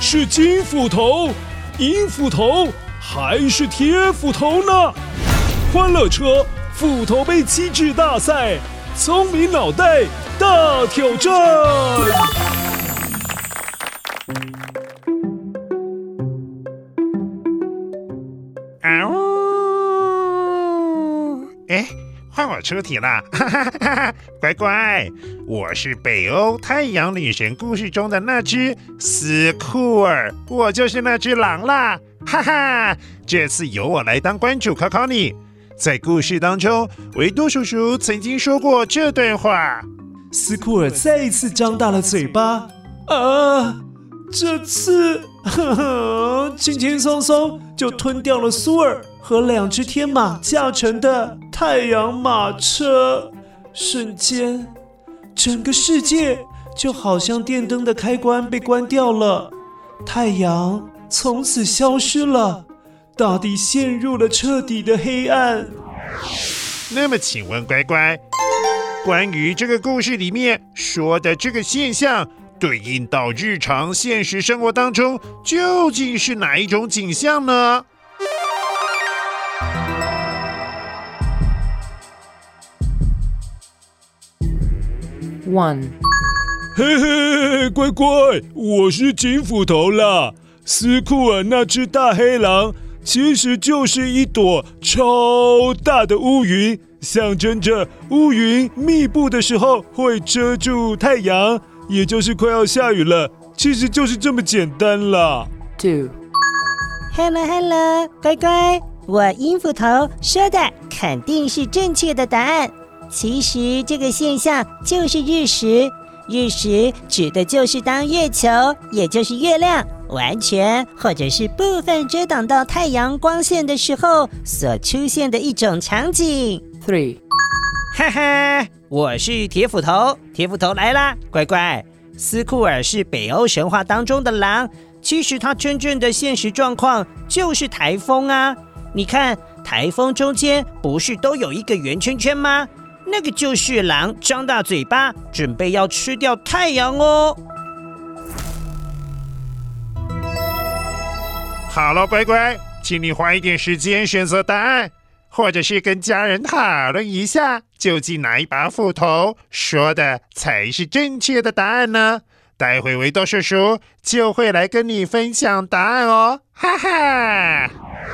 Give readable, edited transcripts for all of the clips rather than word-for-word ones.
是金斧头、银斧头还是铁斧头呢？欢乐车斧头杯机智大赛，聪明脑袋大挑战。 换我出题啦！哈哈哈哈！乖乖，我是北欧太阳女神故事中的那只斯库尔，我就是那只狼啦！哈哈，这次由我来当关主考考你。在故事当中，维多叔叔曾经说过这段话。 斯库尔再一次张大了嘴巴，这次轻轻松松就吞掉了苏尔和2只天马驾乘的太阳马车，瞬间整个世界就好像电灯的开关被关掉了，太阳从此消失了，大地陷入了彻底的黑暗。 那么请问乖乖，关于这个故事里面说的这个现象，对应到日常现实生活当中，究竟是哪一种景象呢 ？1. 嘿嘿，乖乖，我是金斧头啦。斯库尔那只大黑狼其实就是一朵超大的乌云，象征着乌云密布的时候会遮住太阳，也就是快要下雨了，其实就是这么简单啦。 2. Hello， 乖乖，我银斧头说的肯定是正确的答案。其实这个现象就是日食，日食指的就是当月球，也就是月亮，完全或者是部分遮挡到太阳光线的时候所出现的一种场景。 3. 哈哈，我是铁斧头，铁斧头来啦，乖乖。斯库尔是北欧神话当中的狼，其实它真正的现实状况就是台风啊。你看，台风中间不是都有一个圆圈圈吗？那个就是狼张大嘴巴，准备要吃掉太阳哦。 好了，乖乖，请你花一点时间选择答案，或者是跟家人讨论一下，究竟哪一把斧头说的才是正确的答案呢？待会维多叔叔就会来跟你分享答案哦，哈哈！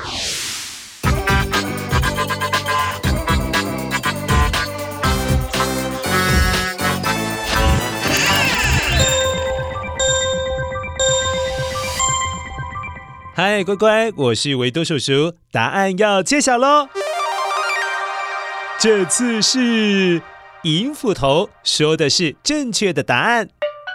嗨，乖乖，我是维多叔叔，答案要揭晓咯。这次是银斧头说的是正确的答案。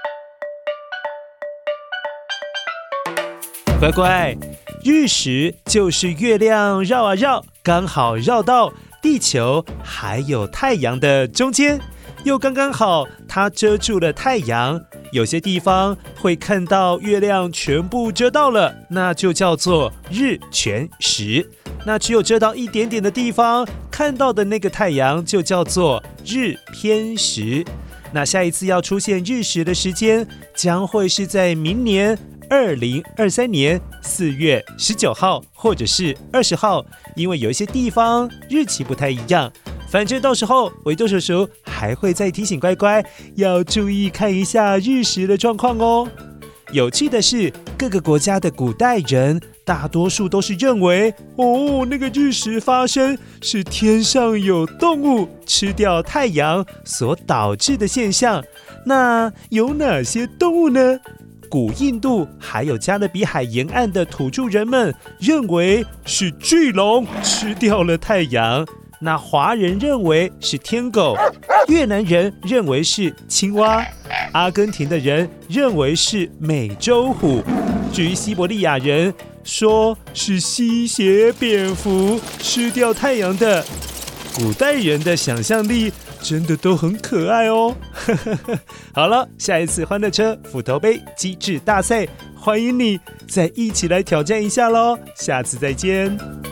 乖乖，日食就是月亮绕啊绕，刚好绕到地球还有太阳的中间，又刚刚好它遮住了太阳，有些地方会看到月亮全部遮到了，那就叫做日全食。那只有遮到一点点的地方看到的那个太阳就叫做日偏食。那下一次要出现日食的时间将会是在明年2023年4月19号或者是20号，因为有一些地方日期不太一样。反正到时候维多叔叔还会再提醒乖乖要注意看一下日食的状况哦。有趣的是，各个国家的古代人大多数都是认为那个日食发生是天上有动物吃掉太阳所导致的现象。那有哪些动物呢？古印度还有加勒比海沿岸的土著人们认为是巨龙吃掉了太阳，那华人认为是天狗，越南人认为是青蛙，阿根廷的人认为是美洲虎，至于西伯利亚人说是吸血蝙蝠吃掉太阳的。古代人的想象力真的都很可爱哦。好了，下一次欢乐车斧头杯机智大赛，欢迎你再一起来挑战一下咯。下次再见。